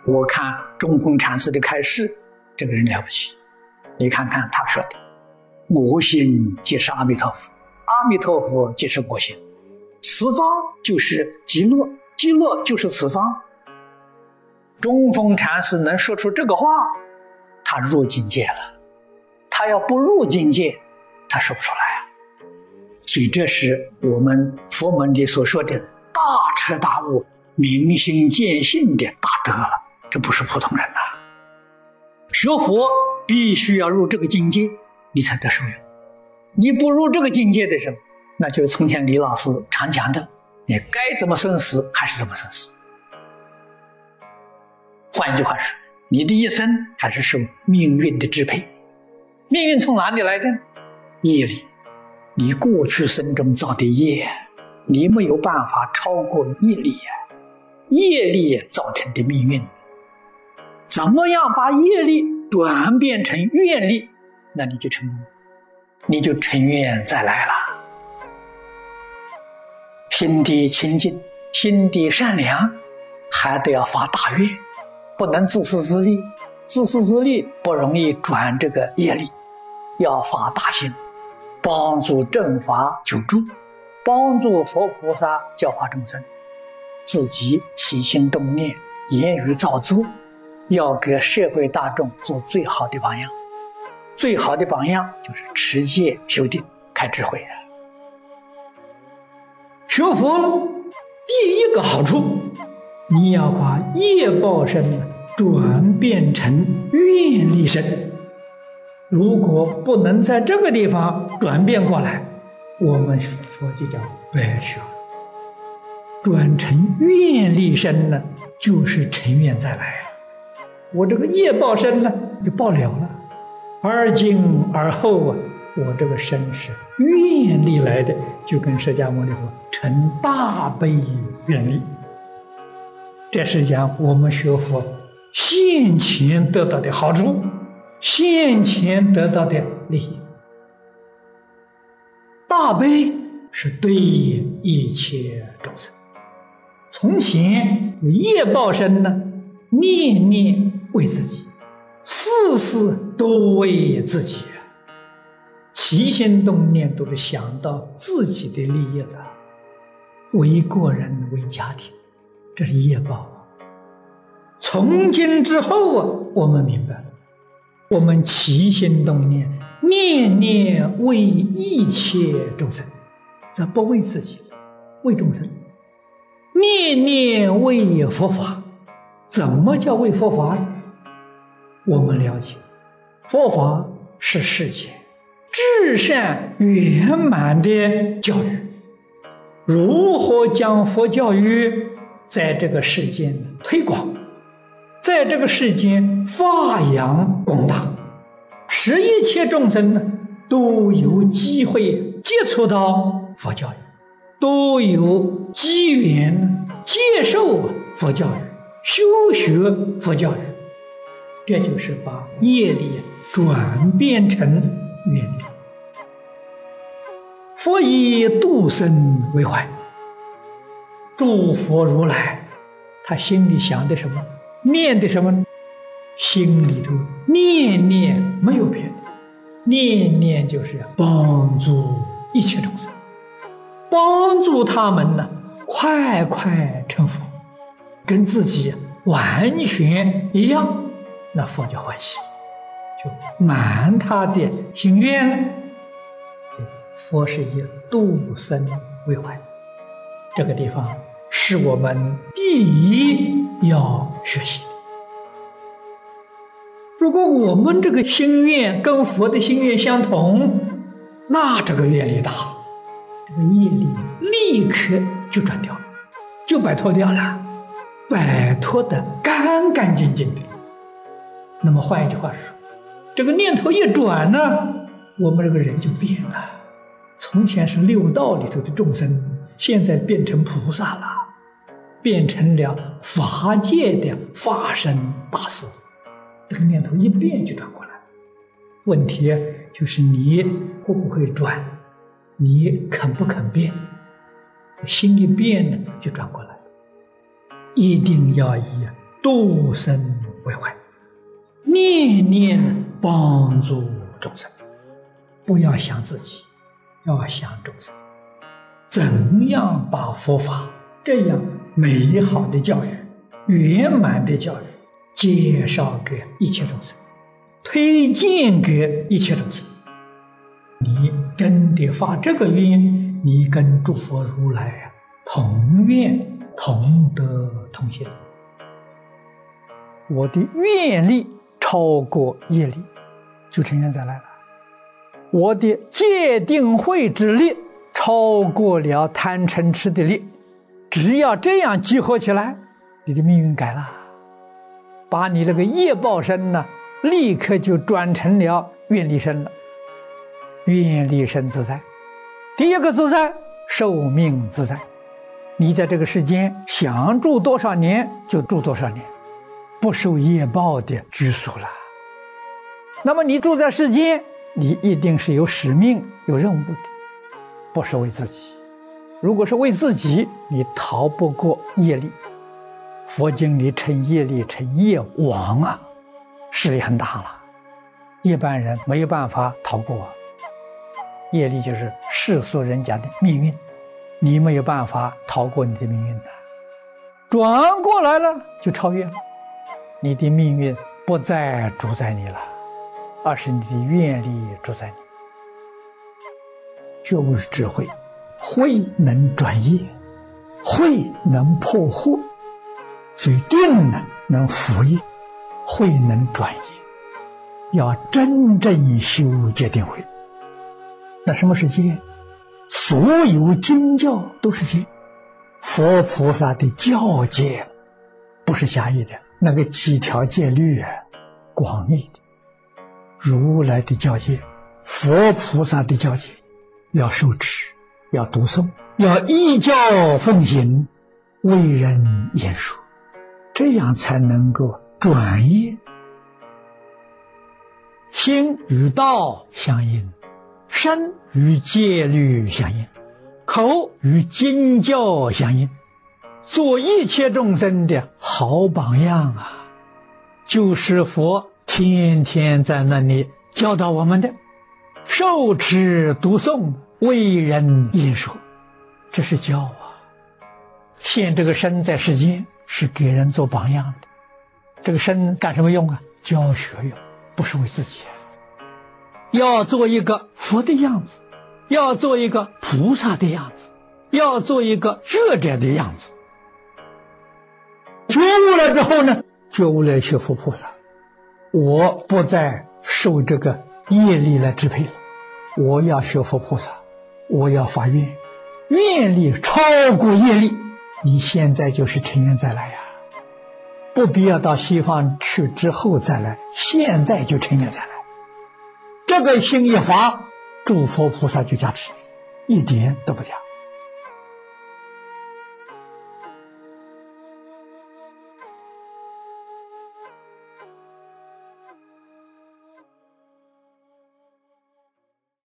我看中峰禅师的开示，这个人了不起。你看看他说的，我心即是阿弥陀佛，阿弥陀佛即是我心，此方就是极乐，极乐就是此方。中峰禅师能说出这个话，他入境界了。他要不入境界，他说不出来啊。所以这是我们佛门里所说的大彻大悟、明心见性的大德了，这不是普通人呐。学佛必须要入这个境界，你才得受用。你不入这个境界的时候，那就是从前李老师常讲的，你该怎么生死还是怎么生死。换一句话说，你的一生还是受命运的支配。命运从哪里来的？业力。你过去生中造的业，你没有办法超过业力啊，业力造成的命运。怎么样把业力转变成愿力，那你就成功，你就成愿再来了。心地清净，心地善良，还得要发大愿，不能自私自利，自私自利不容易转这个业力，要发大心，帮助正法救助，帮助佛菩萨教化众生，自己起心动念，言语造作，要给社会大众做最好的榜样。最好的榜样就是持戒修定开智慧啊。学佛第一个好处，你要把业报身转变成愿力身。如果不能在这个地方转变过来，我们佛就叫白学。转成愿力身呢，就是成愿再来啊。我这个业报身呢就报了了，而今而后啊，我这个身是愿力来的，就跟释迦牟尼佛成大悲愿力。这是讲我们学佛现前得到的好处，现前得到的利益。大悲是对一切众生。从前有业报身呢，念念为自己，事事都为自己，起心动念都是想到自己的利益了，为个人为家庭，这是业报。从今之后啊，我们明白了，我们起心动念，念念为一切众生，这不为自己，为众生。念念为佛法，怎么叫为佛法呢？我们了解，佛法是世间至善圆满的教育。如何将佛教育在这个世间推广，在这个世间发扬光大，使一切众生呢都有机会接触到佛教育，都有机缘接受佛教育，修学佛教育。这就是把业力转变成愿力。佛以度生为怀，诸佛如来他心里想的什么，念的什么，心里头念念没有别的，念念就是要帮助一切众生，帮助他们呢快快成佛，跟自己完全一样，那佛就欢喜，就满他的心愿了。这佛是以度生为怀，这个地方是我们第一要学习的。如果我们这个心愿跟佛的心愿相同，那这个愿力大，这个业力立刻就转掉了，就摆脱掉了，摆脱得干干净净的。那么换一句话说，这个念头一转呢，我们这个人就变了。从前是六道里头的众生，现在变成菩萨了，变成了法界的法身大士。这个念头一变就转过来，问题就是你会不会转，你肯不肯变。心一变呢，就转过来。一定要以度生为怀，念念帮助众生。不要想自己，要想众生。怎样把佛法这样美好的教育、圆满的教育介绍给一切众生，推荐给一切众生？你真的发这个愿，你跟诸佛如来同愿同德同心。我的愿力超过业力，就成愿再来了。我的戒定慧之力超过了贪嗔痴的力，只要这样集合起来，你的命运改了，把你那个业报身呢，立刻就转成了愿力身了。愿力身自在，第一个自在，寿命自在。你在这个世间想住多少年就住多少年，不受业报的拘束了。那么你住在世间，你一定是有使命有任务的，不是为自己。如果是为自己，你逃不过业力。佛经里称业力称业王啊，势力很大了，一般人没有办法逃过。业力就是世俗人家的命运，你没有办法逃过你的命运的。转过来了就超越了，你的命运不再主宰你了，而是你的愿力主宰你。觉悟是智慧，慧能转业，慧能破惑，所以定呢能伏业，慧能转业。要真正修戒定慧。那什么是戒？所有经教都是戒，佛菩萨的教戒不是狭义的，那个几条戒律广义的。如来的教戒，佛菩萨的教戒，要受持，要读诵，要依教奉行，为人言说，这样才能够转业。心与道相应，身与戒律相应，口与经教相应，做一切众生的好榜样啊！就是佛天天在那里教导我们的，受持读诵，为人言说，这是教啊。现这个身在世间是给人做榜样的，这个身干什么用啊？教学用，不是为自己啊。要做一个佛的样子，要做一个菩萨的样子，要做一个觉者的样子。觉悟了之后呢，觉悟了学佛菩萨，我不再受这个业力来支配了，我要学佛菩萨，我要发愿，愿力超过业力，你现在就是成愿再来呀，不必要到西方去之后再来，现在就成愿再来。这个心一发，诸佛菩萨就加持你，一点都不假。